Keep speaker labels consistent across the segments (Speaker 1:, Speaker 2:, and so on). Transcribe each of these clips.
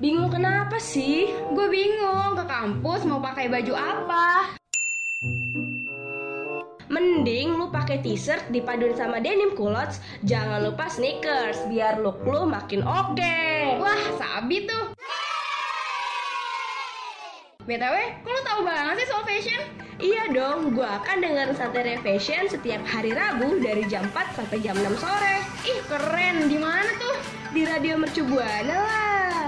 Speaker 1: Bingung kenapa sih?
Speaker 2: Gue bingung ke kampus mau pakai baju apa.
Speaker 1: Mending lu pakai t-shirt dipaduin sama denim culottes, jangan lupa sneakers biar look lu makin oke.
Speaker 2: Wah, sabi tuh. BTW, kok lu tahu banget sih soal fashion?
Speaker 1: Iya dong, gue akan dengerin Santai Fashion setiap hari Rabu dari jam 4 sampai jam 6 sore.
Speaker 2: Ih, keren. Di mana tuh?
Speaker 1: Di Radio Mercu Buana lah.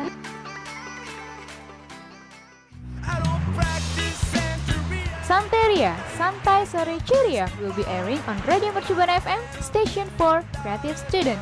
Speaker 3: Santeria, Santai Sore Ceria will be airing on Radio Mercu Buana FM, Station for Creative Student.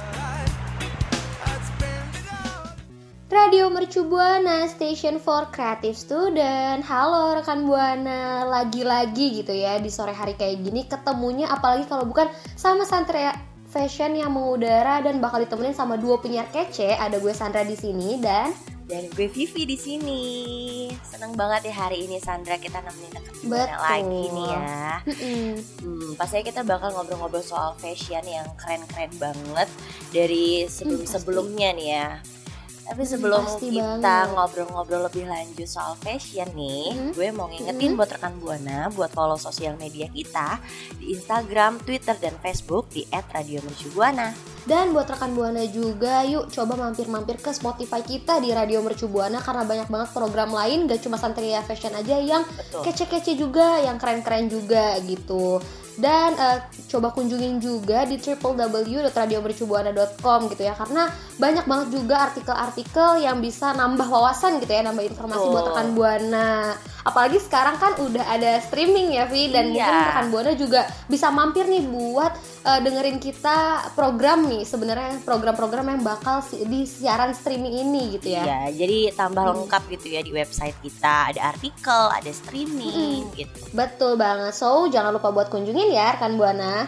Speaker 4: Radio Mercu Buana, Station for Creative Student. Halo rekan Buana, lagi-lagi gitu ya di sore hari kayak gini ketemunya, apalagi kalau bukan sama Santai Fashion yang mengudara dan bakal ditemenin sama dua penyiar kece. Ada gue Sandra di sini dan
Speaker 5: gue Vivi di sini. Seneng banget ya hari ini Sandra kita nemenin rekan Buana lagi nih ya. Pastinya kita bakal ngobrol-ngobrol soal fashion yang keren-keren banget dari sebelum-sebelumnya nih ya. Tapi sebelum kita ngobrol-ngobrol lebih lanjut soal fashion nih, gue mau ngingetin buat rekan Buana buat follow sosial media kita di Instagram, Twitter, dan Facebook di @radiomercubuana.
Speaker 4: Dan buat rekan Buana juga, yuk coba mampir-mampir ke Spotify kita di Radio Mercu Buana karena banyak banget program lain, gak cuma Santeria Fashion aja yang kece-kece juga, yang keren-keren juga gitu. Dan coba kunjungin juga di www.radiomercubuana.com gitu ya, karena banyak banget juga artikel-artikel yang bisa nambah wawasan gitu ya, nambah informasi buat rekan Buana. Apalagi sekarang kan udah ada streaming ya Vi, dan mungkin rekan Buana juga bisa mampir nih buat dengerin kita program nih, sebenarnya program-program yang bakal di siaran streaming ini gitu ya.
Speaker 5: Iya, jadi tambah lengkap gitu ya di website kita, ada artikel, ada streaming gitu.
Speaker 4: Betul banget, so jangan lupa buat kunjungin ya rekan Buana.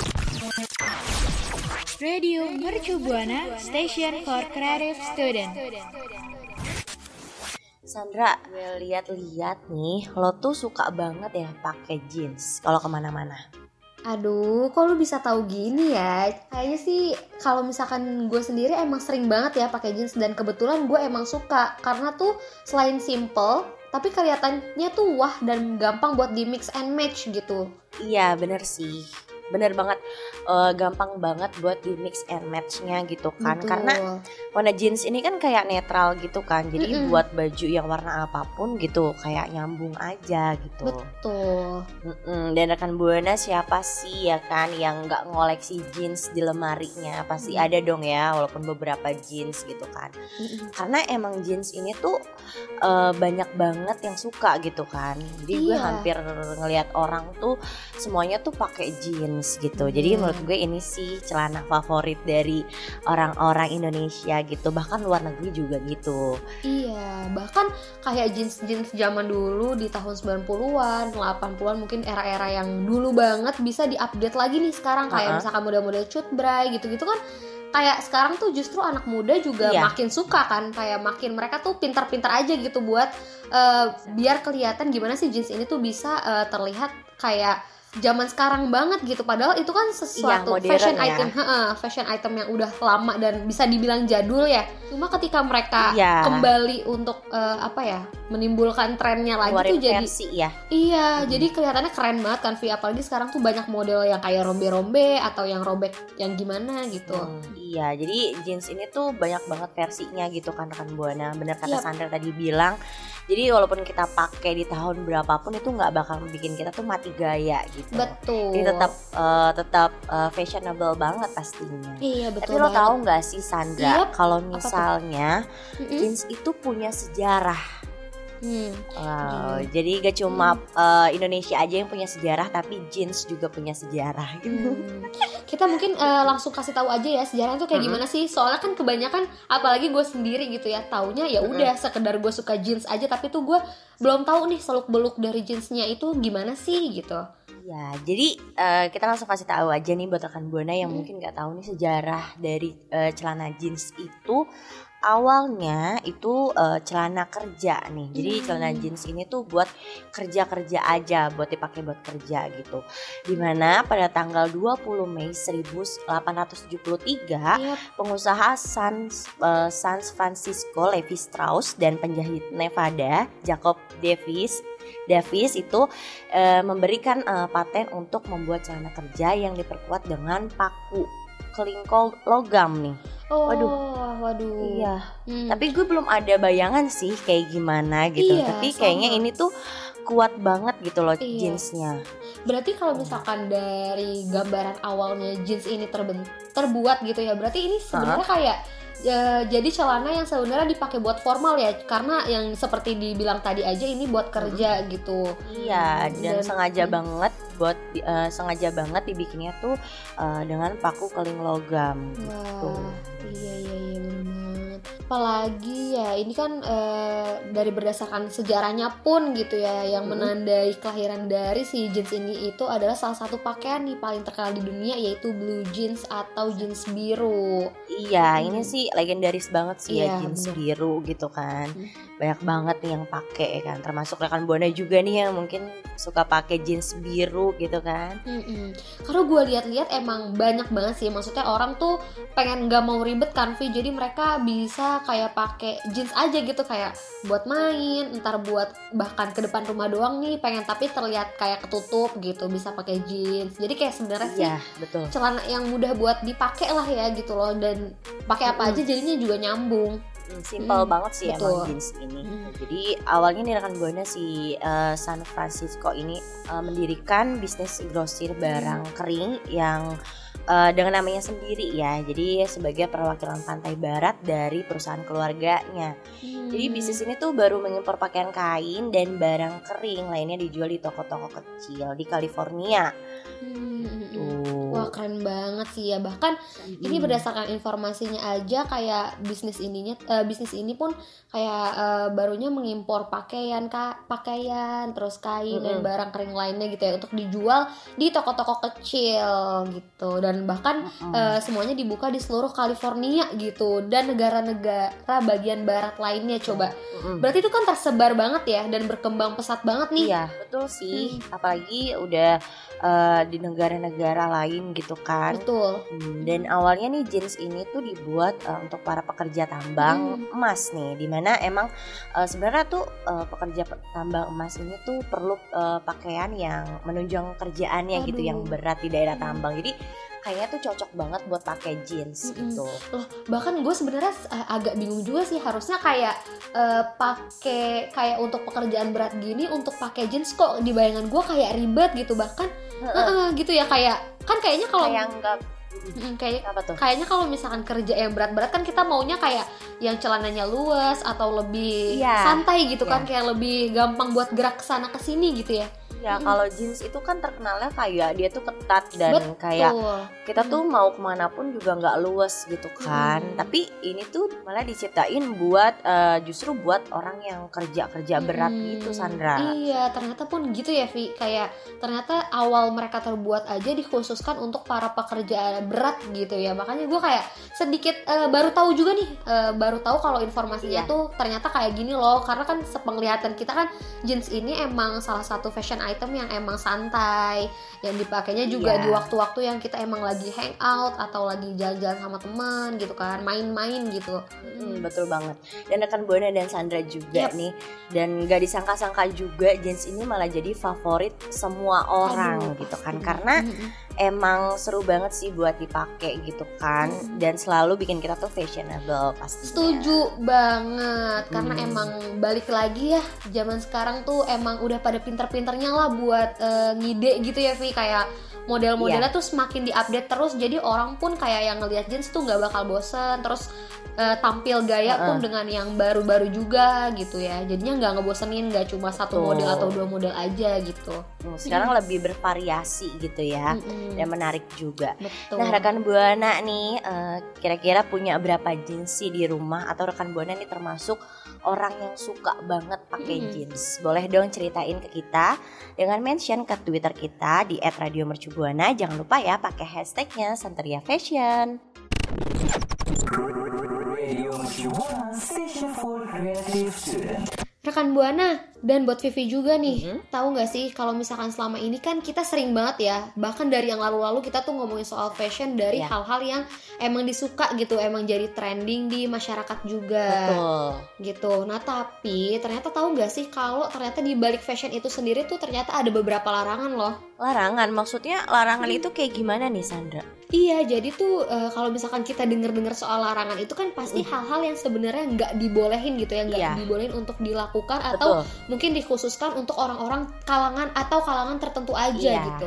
Speaker 3: Radio Mercu Buana, Station for Creative Student.
Speaker 5: Sandra, gue lihat-lihat nih, lo tuh suka banget ya pakai jeans kalau kemana-mana.
Speaker 4: Aduh, kok lu bisa tahu gini ya? Kayaknya sih kalau misalkan gue sendiri emang sering banget ya pakai jeans, dan kebetulan gue emang suka karena tuh selain simple tapi kelihatannya tuh wah dan gampang buat di mix and match gitu.
Speaker 5: Iya, bener sih. Bener banget, gampang banget buat di mix and match-nya gitu kan.
Speaker 4: Betul.
Speaker 5: Karena warna jeans ini kan kayak netral gitu kan. Jadi buat baju yang warna apapun gitu kayak nyambung aja gitu.
Speaker 4: Betul.
Speaker 5: Dan rekan Buana siapa sih ya kan yang gak ngoleksi jeans di lemarinya? Pasti ada dong ya, walaupun beberapa jeans gitu kan. Karena emang jeans ini tuh banyak banget yang suka gitu kan. Jadi gue hampir ngelihat orang tuh semuanya tuh pakai jeans gitu. Jadi menurut gue ini sih celana favorit dari orang-orang Indonesia gitu, bahkan luar negeri juga gitu.
Speaker 4: Iya, bahkan kayak jeans-jeans zaman dulu di tahun 90-an, 80-an, mungkin era-era yang dulu banget bisa diupdate lagi nih sekarang. Kayak misalkan model-model cut bray gitu-gitu kan. Kayak sekarang tuh justru anak muda juga makin suka kan, kayak makin mereka tuh pintar-pintar aja gitu buat biar kelihatan gimana sih jeans ini tuh bisa terlihat kayak zaman sekarang banget gitu, padahal itu kan sesuatu fashion item, fashion item yang udah lama dan bisa dibilang jadul ya. Cuma ketika mereka kembali untuk menimbulkan trennya lagi tuh jadi jadi kelihatannya keren banget kan Vi, apalagi sekarang tuh banyak model yang kayak rombe-rombe atau yang robek yang gimana gitu.
Speaker 5: Iya, jadi jeans ini tuh banyak banget versinya gitu kan rekan Buana. Bener kata Sandra tadi bilang. Jadi walaupun kita pakai di tahun berapapun itu nggak bakal bikin kita tuh mati gaya gitu.
Speaker 4: Betul.
Speaker 5: Jadi tetap fashionable banget pastinya.
Speaker 4: Iya, betul.
Speaker 5: Tapi lo tahu nggak sih Sandra, kalau misalnya jeans itu punya sejarah. Jadi gak cuma Indonesia aja yang punya sejarah, tapi jeans juga punya sejarah gitu.
Speaker 4: Kita mungkin langsung kasih tahu aja ya sejarahnya tuh kayak gimana sih. Soalnya kan kebanyakan, apalagi gue sendiri gitu ya, taunya ya udah sekedar gue suka jeans aja, tapi tuh gue belum tahu nih seluk beluk dari jeansnya itu gimana sih gitu.
Speaker 5: Iya, jadi kita langsung kasih tahu aja nih buat rekan Buana yang mungkin nggak tahu nih sejarah dari celana jeans itu. Awalnya itu celana kerja nih. Jadi celana jeans ini tuh buat kerja-kerja aja, buat dipakai buat kerja gitu. Dimana pada tanggal 20 Mei 1873 pengusaha San Francisco Levi Strauss dan penjahit Nevada Jacob Davis itu memberikan paten untuk membuat celana kerja yang diperkuat dengan paku kelingkol logam nih.
Speaker 4: Waduh.
Speaker 5: Iya. Tapi gue belum ada bayangan sih kayak gimana gitu.
Speaker 4: Iya,
Speaker 5: Tapi
Speaker 4: sama.
Speaker 5: kayaknya ini tuh kuat banget gitu loh jeansnya.
Speaker 4: Berarti kalau misalkan dari gambaran awalnya jeans ini terbuat gitu ya, berarti ini sebenarnya kayak jadi celana yang sebenarnya dipakai buat formal ya, karena yang seperti dibilang tadi aja ini buat kerja gitu.
Speaker 5: Iya, dan sengaja banget dibikinnya tuh dengan paku keling logam gitu.
Speaker 4: Wah, iya bener banget. Apalagi ya ini kan dari berdasarkan sejarahnya pun gitu ya, yang menandai kelahiran dari si jeans ini itu adalah salah satu pakaian nih paling terkenal di dunia, yaitu blue jeans atau jeans biru.
Speaker 5: Iya, ini sih legendaris banget sih ya
Speaker 4: Iya,
Speaker 5: jeans
Speaker 4: bener.
Speaker 5: biru gitu kan. Banyak banget nih yang pakai kan, termasuk rekan Buana juga nih yang mungkin suka pakai jeans biru gitu kan.
Speaker 4: Karena gue lihat-lihat emang banyak banget sih, maksudnya orang tuh pengen nggak mau ribet kan, Vi. Jadi mereka bisa kayak pakai jeans aja gitu, kayak buat main, ntar buat bahkan ke depan rumah doang nih pengen tapi terlihat kayak ketutup gitu, bisa pakai jeans. Jadi kayak sebenarnya sih
Speaker 5: Iya, betul.
Speaker 4: celana yang mudah buat dipakai lah ya gitu loh, dan pakai apa aja jadinya juga nyambung.
Speaker 5: Simple banget sih
Speaker 4: betul.
Speaker 5: emang jeans ini. Jadi awalnya nih rekan Buana si San Francisco ini mendirikan bisnis grosir barang kering yang dengan namanya sendiri ya. Jadi sebagai perwakilan pantai barat dari perusahaan keluarganya. Jadi bisnis ini tuh baru mengimpor pakaian kain dan barang kering lainnya dijual di toko-toko kecil di California.
Speaker 4: Wah, keren banget sih ya. Bahkan ini berdasarkan informasinya aja kayak bisnis ini pun kayak barunya mengimpor pakaian terus kain dan barang kering lainnya gitu ya, untuk dijual di toko-toko kecil gitu. Dan bahkan semuanya dibuka di seluruh California gitu, dan negara-negara bagian barat lainnya. Coba berarti itu kan tersebar banget ya dan berkembang pesat banget nih.
Speaker 5: Iya, betul sih. Apalagi udah di negara-negara lain gitu kan.
Speaker 4: Betul.
Speaker 5: Dan awalnya nih jeans ini tuh dibuat untuk para pekerja tambang emas nih, dimana emang sebenarnya tuh pekerja tambang emas ini tuh perlu pakaian yang menunjang kerjaannya gitu, yang berat di daerah tambang. Jadi kayaknya tuh cocok banget buat pakai jeans gitu.
Speaker 4: Loh, bahkan gue sebenarnya agak bingung juga sih, harusnya kayak pakai kayak untuk pekerjaan berat gini untuk pakai jeans, kok di bayangan gue kayak ribet gitu. Bahkan gitu ya, kayak kan kayaknya kalau kayaknya kalau misalkan kerja yang berat-berat kan kita maunya kayak yang celananya luas atau lebih santai gitu kan, kayak lebih gampang buat gerak kesana kesini gitu ya.
Speaker 5: Ya kalau jeans itu kan terkenalnya kayak dia tuh ketat dan
Speaker 4: Betul.
Speaker 5: kayak kita tuh mau kemanapun juga nggak luas gitu kan. Tapi ini tuh malah diciptain buat justru buat orang yang kerja berat gitu, Sandra.
Speaker 4: Iya, ternyata pun gitu ya, Vi. Kayak ternyata awal mereka terbuat aja dikhususkan untuk para pekerja berat gitu ya. Makanya gue kayak sedikit baru tahu juga nih, baru tahu kalau informasinya tuh ternyata kayak gini loh. Karena kan sepenglihatan kita kan jeans ini emang salah satu fashion item yang emang santai, yang dipakainya juga di waktu-waktu yang kita emang lagi hangout atau lagi jalan-jalan sama teman gitu kan, main-main gitu.
Speaker 5: Betul banget. Dan rekan Buana dan Sandra juga nih, dan gak disangka-sangka juga jeans ini malah jadi favorit semua orang gitu kan, karena emang seru banget sih buat dipakai gitu kan, dan selalu bikin kita tuh fashionable pastinya.
Speaker 4: Setuju banget, karena emang balik lagi ya, zaman sekarang tuh emang udah pada pinter-pinternya lah buat ngide gitu ya, Vi. Kayak model-modelnya tuh semakin diupdate terus, jadi orang pun kayak yang ngelihat jeans tuh nggak bakal bosen, terus tampil gaya pun dengan yang baru-baru juga gitu ya, jadinya nggak ngebosenin, nggak cuma satu model atau 2 model aja gitu.
Speaker 5: Sekarang lebih bervariasi gitu ya, dan menarik juga.
Speaker 4: Betul.
Speaker 5: Nah rekan Buana nih, kira-kira punya berapa jeans sih di rumah, atau rekan Buana nih termasuk orang yang suka banget pakai jeans? Boleh dong ceritain ke kita dengan mention ke Twitter kita di @radiomercubuana. Jangan lupa ya pakai hashtagnya Santeria Fashion.
Speaker 4: Rekan Buana dan buat Vivi juga nih, tahu nggak sih kalau misalkan selama ini kan kita sering banget ya, bahkan dari yang lalu-lalu kita tuh ngomongin soal fashion dari hal-hal yang emang disuka gitu, emang jadi trending di masyarakat juga.
Speaker 5: Betul.
Speaker 4: Gitu. Nah tapi ternyata tahu nggak sih kalau ternyata di balik fashion itu sendiri tuh ternyata ada beberapa larangan loh.
Speaker 5: Larangan, maksudnya larangan itu kayak gimana nih Sandra?
Speaker 4: Iya, jadi tuh kalau misalkan kita denger soal larangan itu kan pasti hal-hal yang sebenarnya nggak dibolehin gitu ya, nggak dibolehin untuk dilakukan atau mungkin dikhususkan untuk orang-orang kalangan tertentu aja gitu.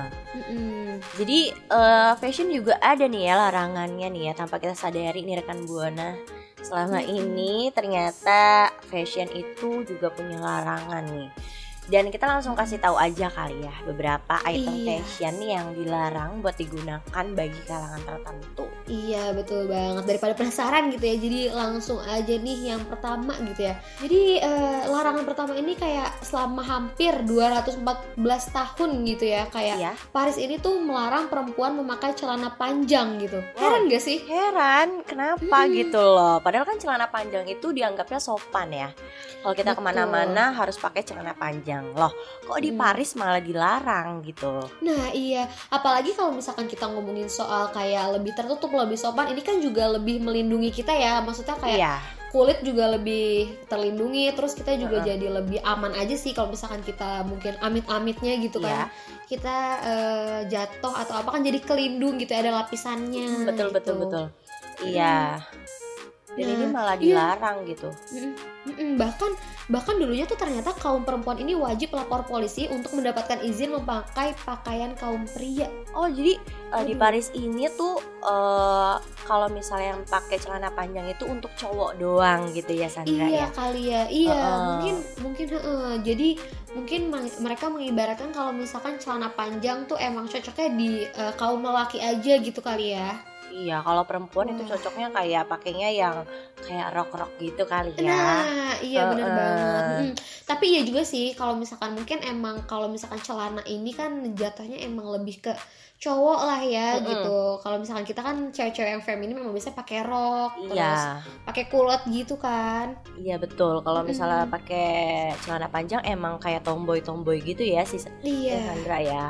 Speaker 5: Jadi fashion juga ada nih ya larangannya nih ya, tanpa kita sadari nih rekan Buana. Selama ini ternyata fashion itu juga punya larangan nih. Dan kita langsung kasih tahu aja kali ya beberapa item fashion yang dilarang buat digunakan bagi kalangan tertentu.
Speaker 4: Iya betul banget, daripada penasaran gitu ya, jadi langsung aja nih yang pertama gitu ya. Jadi larangan pertama ini kayak selama hampir 214 tahun gitu ya, kayak Paris ini tuh melarang perempuan memakai celana panjang gitu. Heran gak sih?
Speaker 5: Heran, kenapa gitu loh? Padahal kan celana panjang itu dianggapnya sopan ya. Kalau kita kemana-mana harus pakai celana panjang. Loh, kok di Paris malah dilarang gitu?
Speaker 4: Nah iya, apalagi kalau misalkan kita ngomongin soal kayak lebih tertutup, lebih sopan, ini kan juga lebih melindungi kita ya. Maksudnya kayak kulit juga lebih terlindungi, terus kita juga jadi lebih aman aja sih kalau misalkan kita mungkin amit-amitnya gitu kan. Kita jatuh atau apa kan jadi kelindung gitu, ada lapisannya.
Speaker 5: Betul. Iya. Dan ini malah dilarang gitu.
Speaker 4: Bahkan dulunya tuh ternyata kaum perempuan ini wajib lapor polisi untuk mendapatkan izin memakai pakaian kaum pria.
Speaker 5: Oh jadi di Paris ini tuh kalau misalnya yang pakai celana panjang itu untuk cowok doang gitu ya Sandra?
Speaker 4: Iya
Speaker 5: ya?
Speaker 4: Kali ya, iya mungkin jadi mungkin mereka mengibaratkan kalau misalkan celana panjang tuh emang cocoknya di kaum lelaki aja gitu kali ya.
Speaker 5: Iya, kalau perempuan itu cocoknya kayak pakainya yang kayak rok-rok gitu kali ya.
Speaker 4: Nah, iya benar banget. Tapi iya juga sih kalau misalkan mungkin emang kalau misalkan celana ini kan jatuhnya emang lebih ke cowok lah ya gitu. Kalau misalkan kita kan cewek-cewek yang feminim memang biasanya pakai rok, terus pakai kulot gitu kan. Iya
Speaker 5: betul. Kalau misalnya pakai celana panjang emang kayak tomboy-tomboy gitu ya si Sandra ya.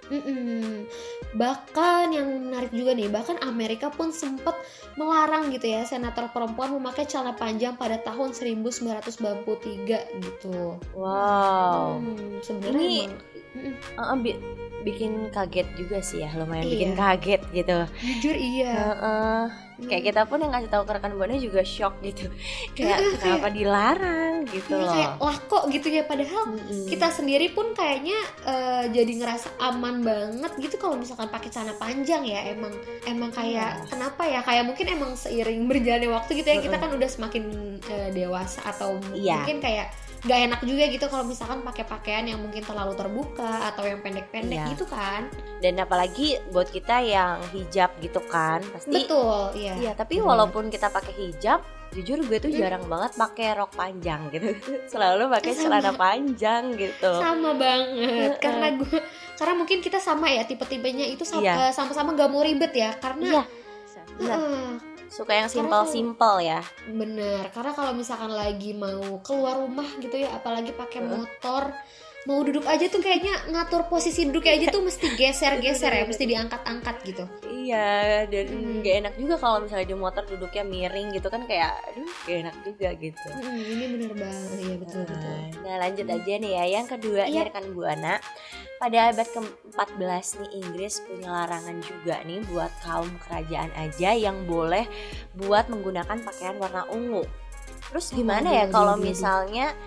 Speaker 4: Bahkan yang menarik juga nih, bahkan Amerika pun sempat melarang gitu ya senator perempuan memakai celana panjang pada tahun 1993 gitu.
Speaker 5: Wow.
Speaker 4: Sebenarnya
Speaker 5: ini bikin kaget juga sih ya, lumayan bikin kaget gitu.
Speaker 4: Jujur iya.
Speaker 5: Kayak kita pun yang ngasih tahu ke rekan Buana juga shock gitu. Kayak kenapa dilarang gitu loh.
Speaker 4: Kayak lah kok gitu ya, padahal kita sendiri pun kayaknya jadi ngerasa aman banget gitu kalau misalkan pakai celana panjang ya. Emang kayak kenapa ya? Kayak mungkin emang seiring berjalannya waktu gitu ya, kita kan udah semakin dewasa atau mungkin kayak gak enak juga gitu kalau misalkan pakai pakaian yang mungkin terlalu terbuka atau yang pendek-pendek gitu kan.
Speaker 5: Dan apalagi buat kita yang hijab gitu kan pasti.
Speaker 4: Betul, iya.
Speaker 5: Iya, tapi walaupun kita pakai hijab, jujur gue tuh jarang banget pakai rok panjang gitu. Selalu pakai celana panjang gitu.
Speaker 4: Sama banget. Karena mungkin kita sama ya, tipe-tipenya itu sama-sama gak mau ribet ya. Karena
Speaker 5: suka yang simple ya.
Speaker 4: Bener, karena kalau misalkan lagi mau keluar rumah gitu ya, apalagi pakai motor, mau duduk aja tuh kayaknya ngatur posisi duduknya aja tuh mesti geser-geser ya, mesti diangkat-angkat gitu.
Speaker 5: Iya, dan gak enak juga kalau misalnya di motor duduknya miring gitu kan, kayak aduh gak enak juga gitu.
Speaker 4: Ini bener banget, iya betul.
Speaker 5: Nah lanjut aja nih ya, yang kedua nih rekan Buana. Pada abad ke-14 nih Inggris punya larangan juga nih buat kaum kerajaan aja yang boleh buat menggunakan pakaian warna ungu. Terus gimana ya kalau misalnya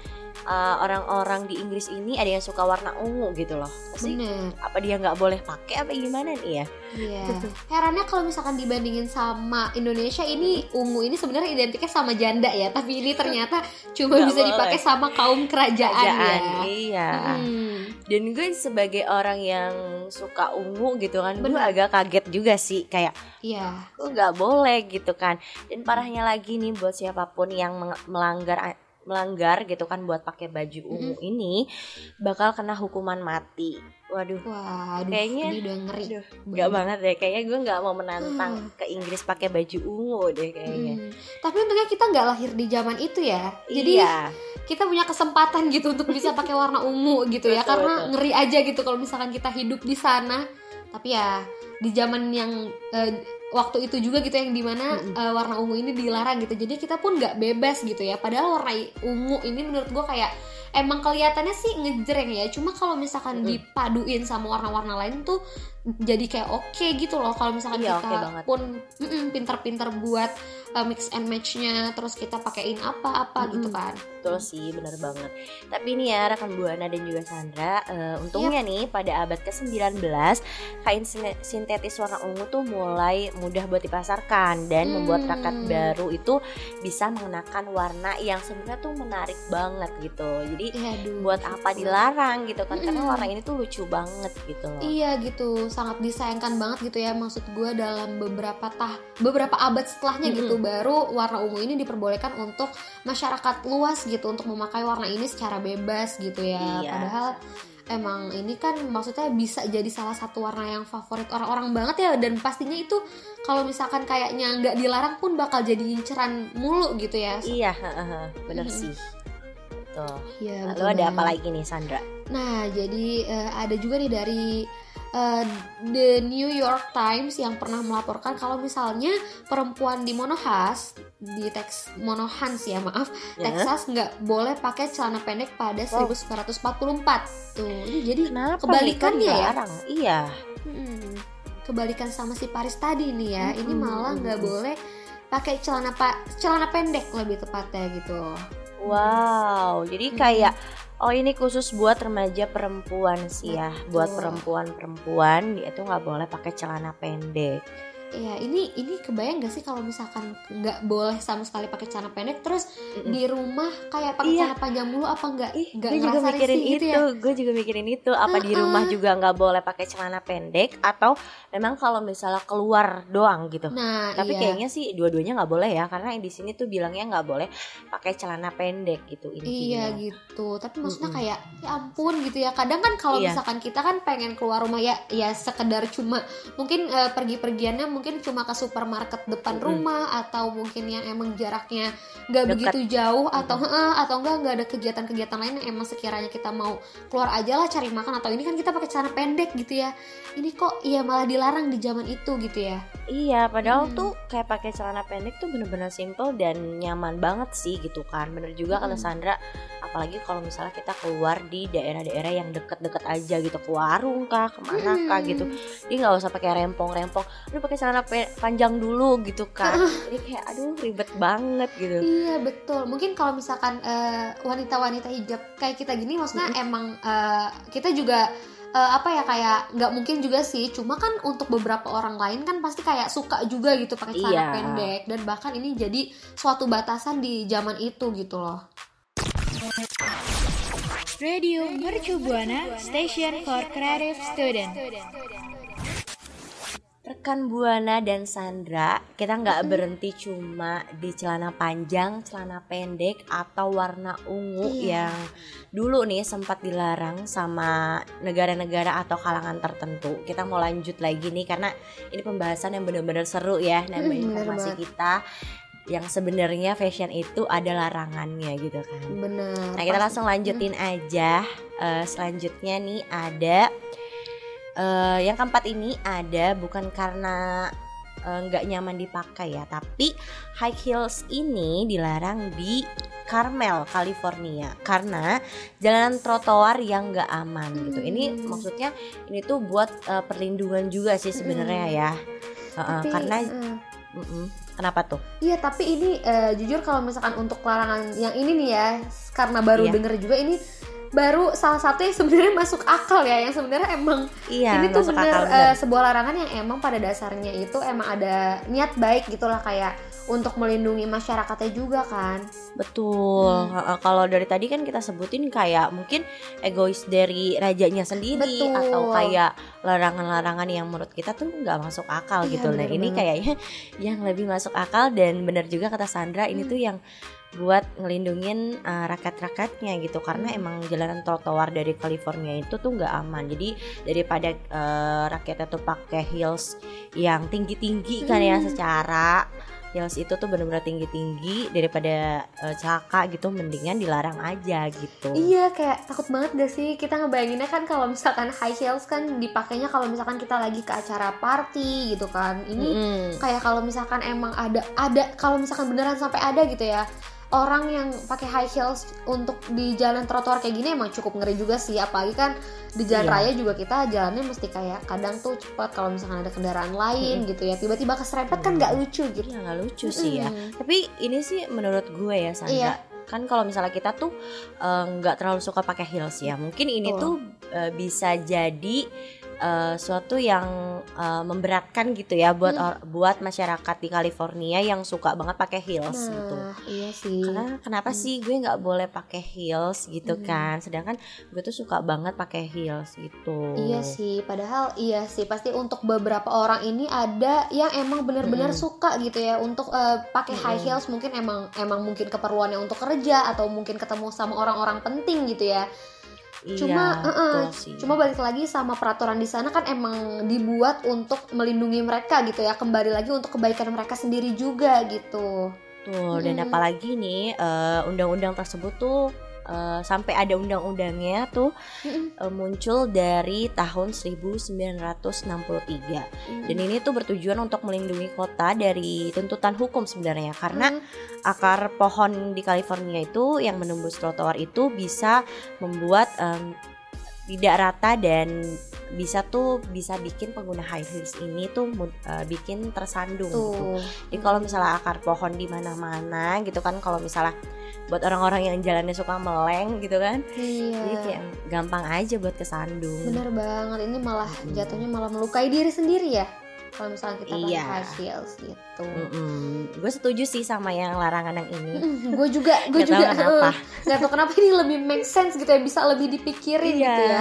Speaker 5: orang-orang di Inggris ini ada yang suka warna ungu gitu loh. Pasti apa dia nggak boleh pakai apa gimana nih ya?
Speaker 4: Iya. Herannya kalau misalkan dibandingin sama Indonesia, ini ungu ini sebenarnya identiknya sama janda ya, tapi ini ternyata cuma bisa dipakai sama kaum kerajaan ya.
Speaker 5: Iya. Dan gue sebagai orang yang suka ungu gitu kan, gue agak kaget juga sih kayak gue nggak boleh gitu kan. Dan parahnya lagi nih buat siapapun yang melanggar gitu kan buat pakai baju ungu ini bakal kena hukuman mati. Waduh, kayaknya
Speaker 4: ini udah ngeri.
Speaker 5: Nggak banget deh, kayaknya gue nggak mau menantang ke Inggris pakai baju ungu deh kayaknya.
Speaker 4: Tapi untungnya kita nggak lahir di zaman itu ya, jadi kita punya kesempatan gitu untuk bisa pakai warna ungu gitu ya, karena ngeri aja gitu kalau misalkan kita hidup di sana. Tapi ya di zaman yang waktu itu juga gitu yang dimana warna ungu ini dilarang gitu, jadi kita pun nggak bebas gitu ya. Padahal warna ungu ini menurut gue kayak emang kelihatannya sih ngejreng ya, cuma kalau misalkan dipaduin sama warna-warna lain tuh jadi kayak oke gitu loh. Kalau misalkan kita pun pinter-pinter buat mix and match-nya, terus kita pakein apa-apa gitu kan.
Speaker 5: Betul sih, benar banget. Tapi ini ya rekan Buana dan juga Sandra, untungnya nih pada abad ke-19 kain sintetis warna ungu tuh mulai mudah buat dipasarkan dan membuat rakyat baru itu bisa mengenakan warna yang sebenarnya tuh menarik banget gitu. Jadi buat apa dilarang gitu kan, karena warna ini tuh lucu banget gitu loh.
Speaker 4: Iya gitu, sangat disayangkan banget gitu ya. Maksud gue dalam beberapa abad setelahnya gitu baru warna ungu ini diperbolehkan untuk masyarakat luas gitu untuk memakai warna ini secara bebas gitu ya. Padahal emang ini kan maksudnya bisa jadi salah satu warna yang favorit orang-orang banget ya, dan pastinya itu kalau misalkan kayaknya nggak dilarang pun bakal jadi inceran mulu gitu ya.
Speaker 5: Iya, bener sih. Tuh.
Speaker 4: Ya,
Speaker 5: lalu ada apa lagi nih Sandra?
Speaker 4: Nah jadi ada juga nih dari The New York Times yang pernah melaporkan kalau misalnya perempuan di Texas Texas nggak boleh pakai celana pendek pada 1944 tuh. Ini jadi kebalikannya ya.
Speaker 5: Iya.
Speaker 4: Kebalikan sama si Paris tadi nih ya. Ini malah nggak boleh pakai celana pendek lebih tepatnya gitu.
Speaker 5: Wow, jadi kayak ini khusus buat remaja perempuan sih ya. Buat perempuan dia tuh nggak boleh pakai celana pendek.
Speaker 4: Ya ini kebayang gak sih kalau misalkan nggak boleh sama sekali pakai celana pendek, terus di rumah kayak pakai celana panjang mulu, apa nggak
Speaker 5: juga mikirin itu ya? Gue juga mikirin itu, apa di rumah juga nggak boleh pakai celana pendek, atau memang kalau misalnya keluar doang gitu. Tapi kayaknya sih dua-duanya nggak boleh ya, karena yang di sini tuh bilangnya nggak boleh pakai celana pendek gitu intinya.
Speaker 4: Iya gitu, tapi maksudnya kayak ya ampun gitu ya. Kadang kan kalau misalkan kita kan pengen keluar rumah ya sekedar cuma mungkin pergi-pergiannya mungkin cuma ke supermarket depan rumah, atau mungkin yang emang jaraknya nggak begitu jauh, atau nggak ada kegiatan-kegiatan lain yang emang sekiranya kita mau keluar aja lah cari makan, atau ini kan kita pakai celana pendek gitu ya. Ini kok malah dilarang di zaman itu gitu ya.
Speaker 5: Iya, padahal tuh kayak pakai celana pendek tuh bener-bener simple dan nyaman banget sih gitu kan. Bener juga kata Sandra, apalagi kalau misalnya kita keluar di daerah-daerah yang deket-deket aja gitu, ke warung kah, kemana kah gitu. Dia nggak usah pakai rempong-rempong, udah pakai celana panjang dulu gitu kan. Jadi kayak aduh ribet banget gitu.
Speaker 4: Iya betul. Mungkin kalau misalkan wanita-wanita hijab kayak kita gini, maksudnya emang kita juga kayak nggak mungkin juga sih. Cuma kan untuk beberapa orang lain kan pasti kayak suka juga gitu pakai celana pendek, dan bahkan ini jadi suatu batasan di zaman itu gitu loh.
Speaker 3: Radio Mercu Buana, Station for Creative Student.
Speaker 5: Rekan Buana dan Sandra, kita nggak berhenti cuma di celana panjang, celana pendek, atau warna ungu yang dulu nih sempat dilarang sama negara-negara atau kalangan tertentu. Kita mau lanjut lagi nih karena ini pembahasan yang benar-benar seru ya, nambah informasi kita yang sebenarnya fashion itu ada larangannya gitu kan.
Speaker 4: Bener.
Speaker 5: Nah kita langsung lanjutin aja. Selanjutnya nih ada yang keempat ini ada bukan karena nggak nyaman dipakai ya, tapi high heels ini dilarang di Carmel, California karena jalanan trotoar yang nggak aman gitu. Ini maksudnya ini tuh buat perlindungan juga sih sebenarnya ya, karena Kenapa tuh?
Speaker 4: Iya, tapi ini jujur kalau misalkan untuk larangan yang ini nih ya, karena baru denger juga ini baru salah satu yang sebenarnya masuk akal ya, yang sebenarnya emang ini tuh bener sebuah larangan yang emang pada dasarnya itu emang ada niat baik gitulah, kayak untuk melindungi masyarakatnya juga kan.
Speaker 5: Betul. Kalau dari tadi kan kita sebutin kayak mungkin egois dari rajanya sendiri. Betul. Atau kayak larangan-larangan yang menurut kita tuh nggak masuk akal gitu. Nah ini kayaknya yang lebih masuk akal, dan benar juga kata Sandra, ini tuh yang buat ngelindungin rakyat-rakyatnya gitu, karena emang jalanan trotoar dari California itu tuh nggak aman. Jadi daripada rakyatnya tuh pakai heels yang tinggi-tinggi kan ya, secara heels itu tuh benar-benar tinggi-tinggi, daripada celaka gitu, mendingan dilarang aja gitu.
Speaker 4: Iya, kayak takut banget gak sih kita ngebayanginnya kan kalau misalkan high heels kan dipakainya kalau misalkan kita lagi ke acara party gitu kan. Ini kayak kalau misalkan emang ada kalau misalkan beneran sampai ada gitu ya orang yang pakai high heels untuk di jalan trotoar kayak gini, emang cukup ngeri juga sih. Apalagi kan di jalan raya juga kita jalannya mesti kayak kadang tuh cepat kalau misalkan ada kendaraan lain gitu ya, tiba-tiba keserempet kan nggak lucu gitu.
Speaker 5: Iya, nggak lucu sih ya. Tapi ini sih menurut gue ya Sandra, kan kalau misalnya kita tuh nggak terlalu suka pakai heels ya, mungkin ini tuh bisa jadi suatu yang memberatkan gitu ya buat masyarakat di California yang suka banget pakai heels gitu.
Speaker 4: Iya sih.
Speaker 5: Karena kenapa sih gue nggak boleh pakai heels gitu kan? Sedangkan gue tuh suka banget pakai heels gitu.
Speaker 4: Iya sih. Padahal iya sih, pasti untuk beberapa orang ini ada yang emang benar-benar suka gitu ya untuk pakai high heels. Mungkin emang mungkin keperluannya untuk kerja atau mungkin ketemu sama orang-orang penting gitu ya. Cuma balik lagi sama peraturan di sana kan emang dibuat untuk melindungi mereka gitu ya, kembali lagi untuk kebaikan mereka sendiri juga gitu.
Speaker 5: Tuh, dan apalagi nih undang-undang tersebut tuh sampai ada undang-undangnya tuh muncul dari tahun 1963. Dan ini tuh bertujuan untuk melindungi kota dari tuntutan hukum sebenarnya, karena akar pohon di California itu yang menembus trotoar itu bisa membuat tidak rata, dan bisa bikin pengguna high heels ini tuh bikin tersandung gitu. Jadi kalau misalnya akar pohon di mana-mana gitu kan, kalau misalnya buat orang-orang yang jalannya suka meleng gitu kan, jadi kayak gampang aja buat kesandung.
Speaker 4: Bener banget, ini malah jatuhnya malah melukai diri sendiri ya kalau misalnya kita pakai high heels gitu.
Speaker 5: Gue setuju sih sama yang larangan yang ini.
Speaker 4: Gue juga nggak tahu kenapa ini lebih make sense gitu ya, bisa lebih dipikirin gitu ya.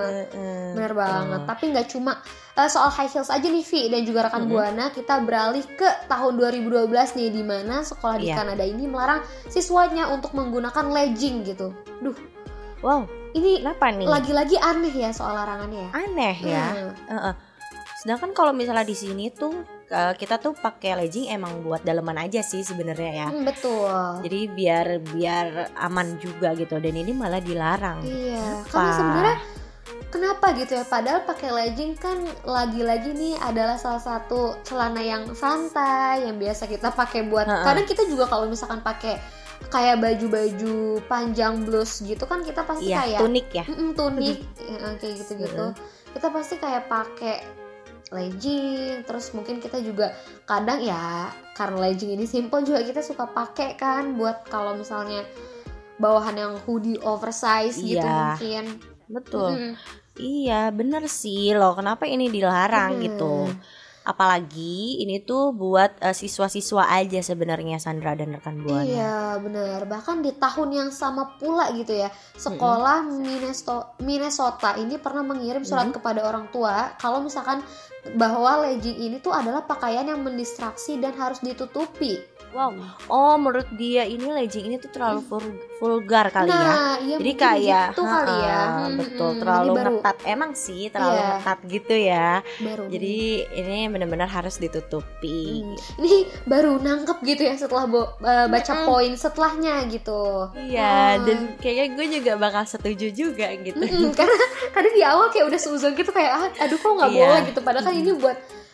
Speaker 4: Bener banget. Tapi nggak cuma soal high heels aja nih Vi dan juga rekan Buana, kita beralih ke tahun 2012 nih, di mana sekolah di Kanada ini melarang siswanya untuk menggunakan legging gitu.
Speaker 5: Wow, ini kenapa nih?
Speaker 4: Lagi-lagi aneh ya soal larangannya.
Speaker 5: Aneh ya. Sedangkan kalau misalnya di sini tuh kita tuh pakai legging emang buat daleman aja sih sebenarnya ya.
Speaker 4: Betul.
Speaker 5: Jadi biar aman juga gitu, dan ini malah dilarang.
Speaker 4: Iya. Karena sebenarnya kenapa gitu ya? Padahal pakai legging kan lagi-lagi nih adalah salah satu celana yang santai yang biasa kita pakai buat. Kadang kita juga kalau misalkan pakai kayak baju-baju panjang blus gitu kan, kita pasti kayak
Speaker 5: tunik ya.
Speaker 4: Tunik kayak gitu-gitu. Kita pasti kayak pakai legging, terus mungkin kita juga kadang ya karena legging ini simple juga kita suka pakai kan buat kalau misalnya bawahan yang hoodie oversize gitu mungkin.
Speaker 5: Betul. Iya bener sih loh, kenapa ini dilarang gitu. Apalagi ini tuh buat siswa-siswa aja sebenarnya Sandra dan rekan Buana.
Speaker 4: Iya benar. Bahkan di tahun yang sama pula gitu ya, sekolah Minnesota ini pernah mengirim surat kepada orang tua kalau misalkan bahwa legging ini tuh adalah pakaian yang mendistraksi dan harus ditutupi.
Speaker 5: Wow. Oh, menurut dia ini legging ini tuh terlalu vulgar kali ya.
Speaker 4: Iya,
Speaker 5: jadi kayak
Speaker 4: gitu kali ya.
Speaker 5: Betul, terlalu ngetat. Emang sih terlalu ngetat gitu ya. Jadi ini benar-benar harus ditutupi.
Speaker 4: Ini baru nangkep gitu ya setelah baca poin setelahnya gitu.
Speaker 5: Iya, dan kayaknya gue juga bakal setuju juga gitu.
Speaker 4: Karena di awal kayak udah seuzon gitu kayak aduh kok nggak boleh gitu. Padahal kan ini buat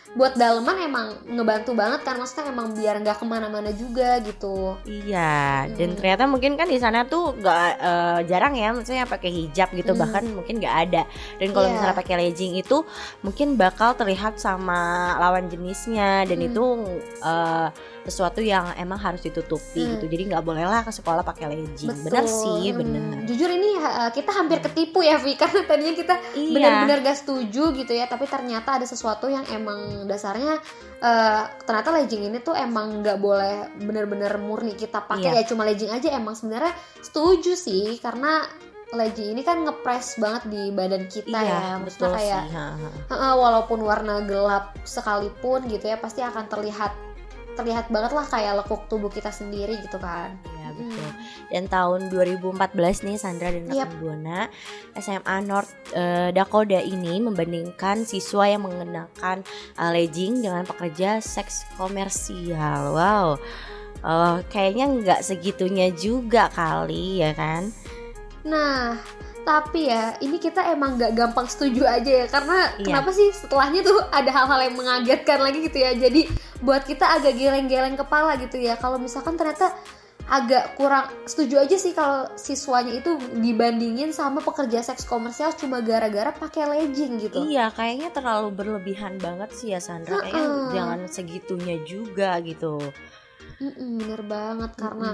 Speaker 4: buat daleman emang ngebantu banget kan, maksudnya emang biar nggak kemana-mana juga gitu.
Speaker 5: Iya, dan ternyata mungkin kan di sana tuh nggak jarang ya, maksudnya pakai hijab gitu, bahkan mungkin nggak ada. Dan kalau misalnya pakai legging itu mungkin bakal terlihat sama lawan jenisnya, dan itu sesuatu yang emang harus ditutupi gitu. Jadi nggak boleh lah ke sekolah pakai legging. Bener sih, bener.
Speaker 4: Jujur ini kita hampir ketipu ya Vi, karena tadinya kita benar-benar gak setuju gitu ya, tapi ternyata ada sesuatu yang emang dasarnya ternyata legging ini tuh emang nggak boleh benar-benar murni kita pakai ya cuma legging aja. Emang sebenarnya setuju sih, karena legging ini kan ngepres banget di badan kita ya, maksudnya kayak walaupun warna gelap sekalipun gitu ya, pasti akan terlihat banget lah kayak lekuk tubuh kita sendiri gitu kan.
Speaker 5: Iya betul. Dan tahun 2014 nih Sandra dan rekan Buana, SMA North Dakota ini membandingkan siswa yang mengenakan legging dengan pekerja seks komersial. Wow, kayaknya nggak segitunya juga kali ya kan.
Speaker 4: Nah, tapi ya ini kita emang gak gampang setuju aja ya, karena kenapa sih setelahnya tuh ada hal-hal yang mengagetkan lagi gitu ya. Jadi buat kita agak geleng-geleng kepala gitu ya, kalau misalkan ternyata agak kurang setuju aja sih kalau siswanya itu dibandingin sama pekerja seks komersial cuma gara-gara pakai legging gitu.
Speaker 5: Iya, kayaknya terlalu berlebihan banget sih ya Sandra. Kayaknya jangan segitunya juga gitu.
Speaker 4: Bener banget, karena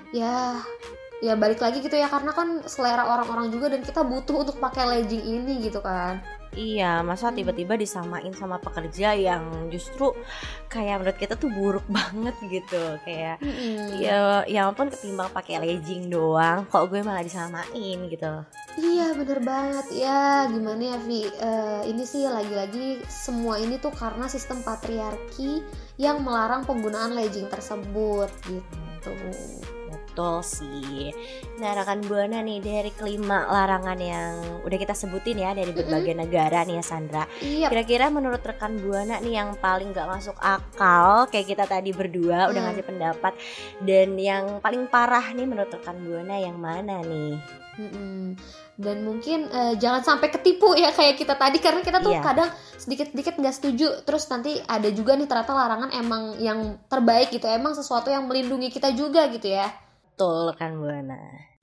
Speaker 4: ya balik lagi gitu ya, karena kan selera orang-orang juga dan kita butuh untuk pakai legging ini gitu kan.
Speaker 5: Iya, masa tiba-tiba disamain sama pekerja yang justru kayak menurut kita tuh buruk banget gitu. Kayak ya ampun, ketimbang pakai legging doang kok gue malah disamain gitu.
Speaker 4: Iya bener banget ya, gimana ya Vi, ini sih lagi-lagi semua ini tuh karena sistem patriarki yang melarang penggunaan legging tersebut gitu.
Speaker 5: Betul sih. Nah rekan Buana nih, dari kelima larangan yang udah kita sebutin ya dari berbagai negara nih ya Sandra, kira-kira menurut rekan Buana nih yang paling gak masuk akal, kayak kita tadi berdua udah ngasih pendapat, dan yang paling parah nih menurut rekan Buana yang mana nih?
Speaker 4: Dan mungkin jangan sampai ketipu ya kayak kita tadi, karena kita tuh kadang sedikit-sedikit nggak setuju, terus nanti ada juga nih ternyata larangan emang yang terbaik gitu, emang sesuatu yang melindungi kita juga gitu ya.
Speaker 5: Betul kan Buana.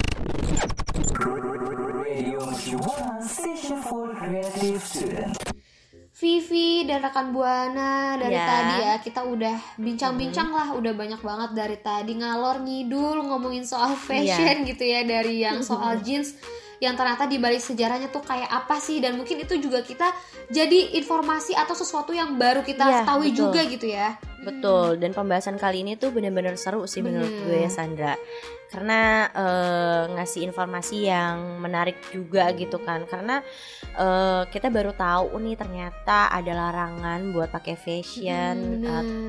Speaker 4: Vivi dan rekan Buana, dari tadi ya kita udah bincang-bincang lah, udah banyak banget dari tadi ngalor ngidul ngomongin soal fashion gitu ya, dari yang soal jeans yang ternyata di balik sejarahnya tuh kayak apa sih, dan mungkin itu juga kita jadi informasi atau sesuatu yang baru kita ketahui juga gitu ya.
Speaker 5: Betul, dan pembahasan kali ini tuh benar-benar seru sih menurut gue ya Sandra, karena ngasih informasi yang menarik juga gitu kan, karena kita baru tahu nih ternyata ada larangan buat pakai fashion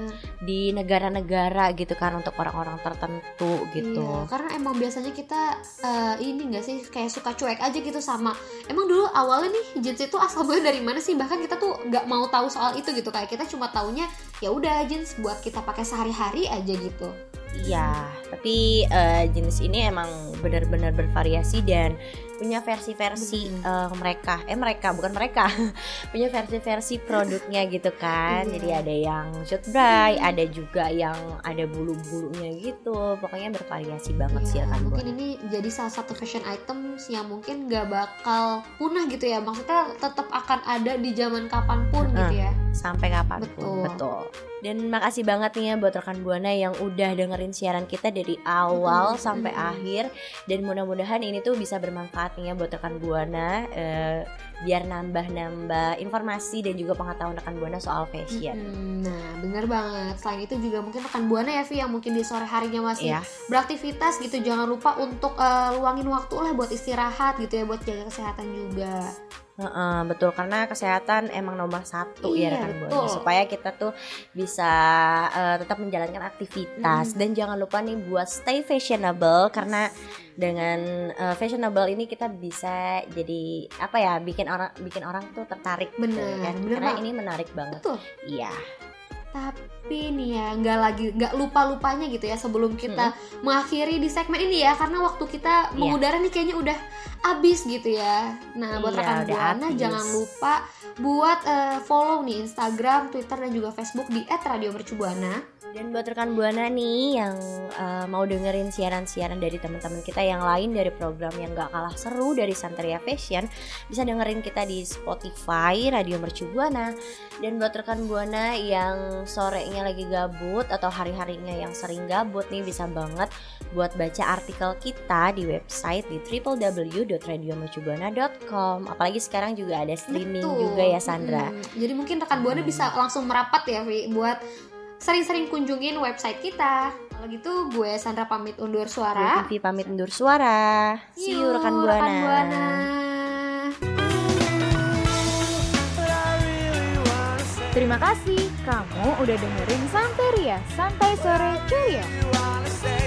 Speaker 5: di negara-negara gitu kan, untuk orang-orang tertentu gitu.
Speaker 4: Iya, karena emang biasanya kita ini nggak sih kayak suka cuek aja gitu sama, emang dulu awalnya nih jeans itu asalnya dari mana sih, bahkan kita tuh nggak mau tahu soal itu gitu, kayak kita cuma taunya ya udah jeans buat kita pakai sehari-hari aja gitu.
Speaker 5: Iya, tapi jenis ini emang benar-benar bervariasi dan punya versi-versi mereka punya versi-versi produknya gitu kan. Jadi ada yang shoot dry, ada juga yang ada bulu-bulunya gitu. Pokoknya bervariasi banget sih kan.
Speaker 4: Mungkin ini jadi salah satu fashion items yang mungkin gak bakal punah gitu ya. Maksudnya tetap akan ada di zaman kapanpun gitu ya.
Speaker 5: Sampai kapanpun, betul. Dan makasih banget nih ya buat rekan Buana yang udah dengerin siaran kita dari awal sampai akhir. Dan mudah-mudahan ini tuh bisa bermanfaat nih ya buat rekan Buana, biar nambah-nambah informasi dan juga pengetahuan rekan Buana soal fashion.
Speaker 4: Nah bener banget. Selain itu juga mungkin rekan Buana ya Vi, yang mungkin di sore harinya masih beraktivitas gitu, jangan lupa untuk luangin waktu lah buat istirahat gitu ya, buat jaga kesehatan juga.
Speaker 5: Betul, karena kesehatan emang nomor satu ya rekan Buana, supaya kita tuh bisa tetap menjalankan aktivitas. Dan jangan lupa nih buat stay fashionable, karena dengan fashionable ini kita bisa jadi apa ya, bikin orang tuh tertarik.
Speaker 4: Bener,
Speaker 5: kan?
Speaker 4: bener
Speaker 5: karena
Speaker 4: banget.
Speaker 5: ini menarik banget.
Speaker 4: Betul.
Speaker 5: Iya.
Speaker 4: Tapi nih ya, nggak lupa-lupanya gitu ya sebelum kita mengakhiri di segmen ini ya, karena waktu kita mengudara nih kayaknya udah habis gitu ya. Nah, buat rekan Buana jangan lupa buat follow nih Instagram, Twitter dan juga Facebook di @radiomercubuana.
Speaker 5: Dan buat rekan Buana nih yang mau dengerin siaran-siaran dari teman-teman kita yang lain dari program yang gak kalah seru dari Santeria Fashion, bisa dengerin kita di Spotify Radio Mercu Buana. Dan buat rekan Buana yang sorenya lagi gabut atau hari-harinya yang sering gabut nih, bisa banget buat baca artikel kita di website di www.radiomercubuana.com. Apalagi sekarang juga ada streaming juga ya Sandra.
Speaker 4: Jadi mungkin rekan Buana bisa langsung merapat ya Vi, buat sering-sering kunjungin website kita. Kalau gitu gue Sandra pamit undur suara.
Speaker 5: Gue Vivi pamit undur suara. See you rekan Buana.
Speaker 3: Terima kasih kamu udah dengerin Santeria, Santai Sore Ceria.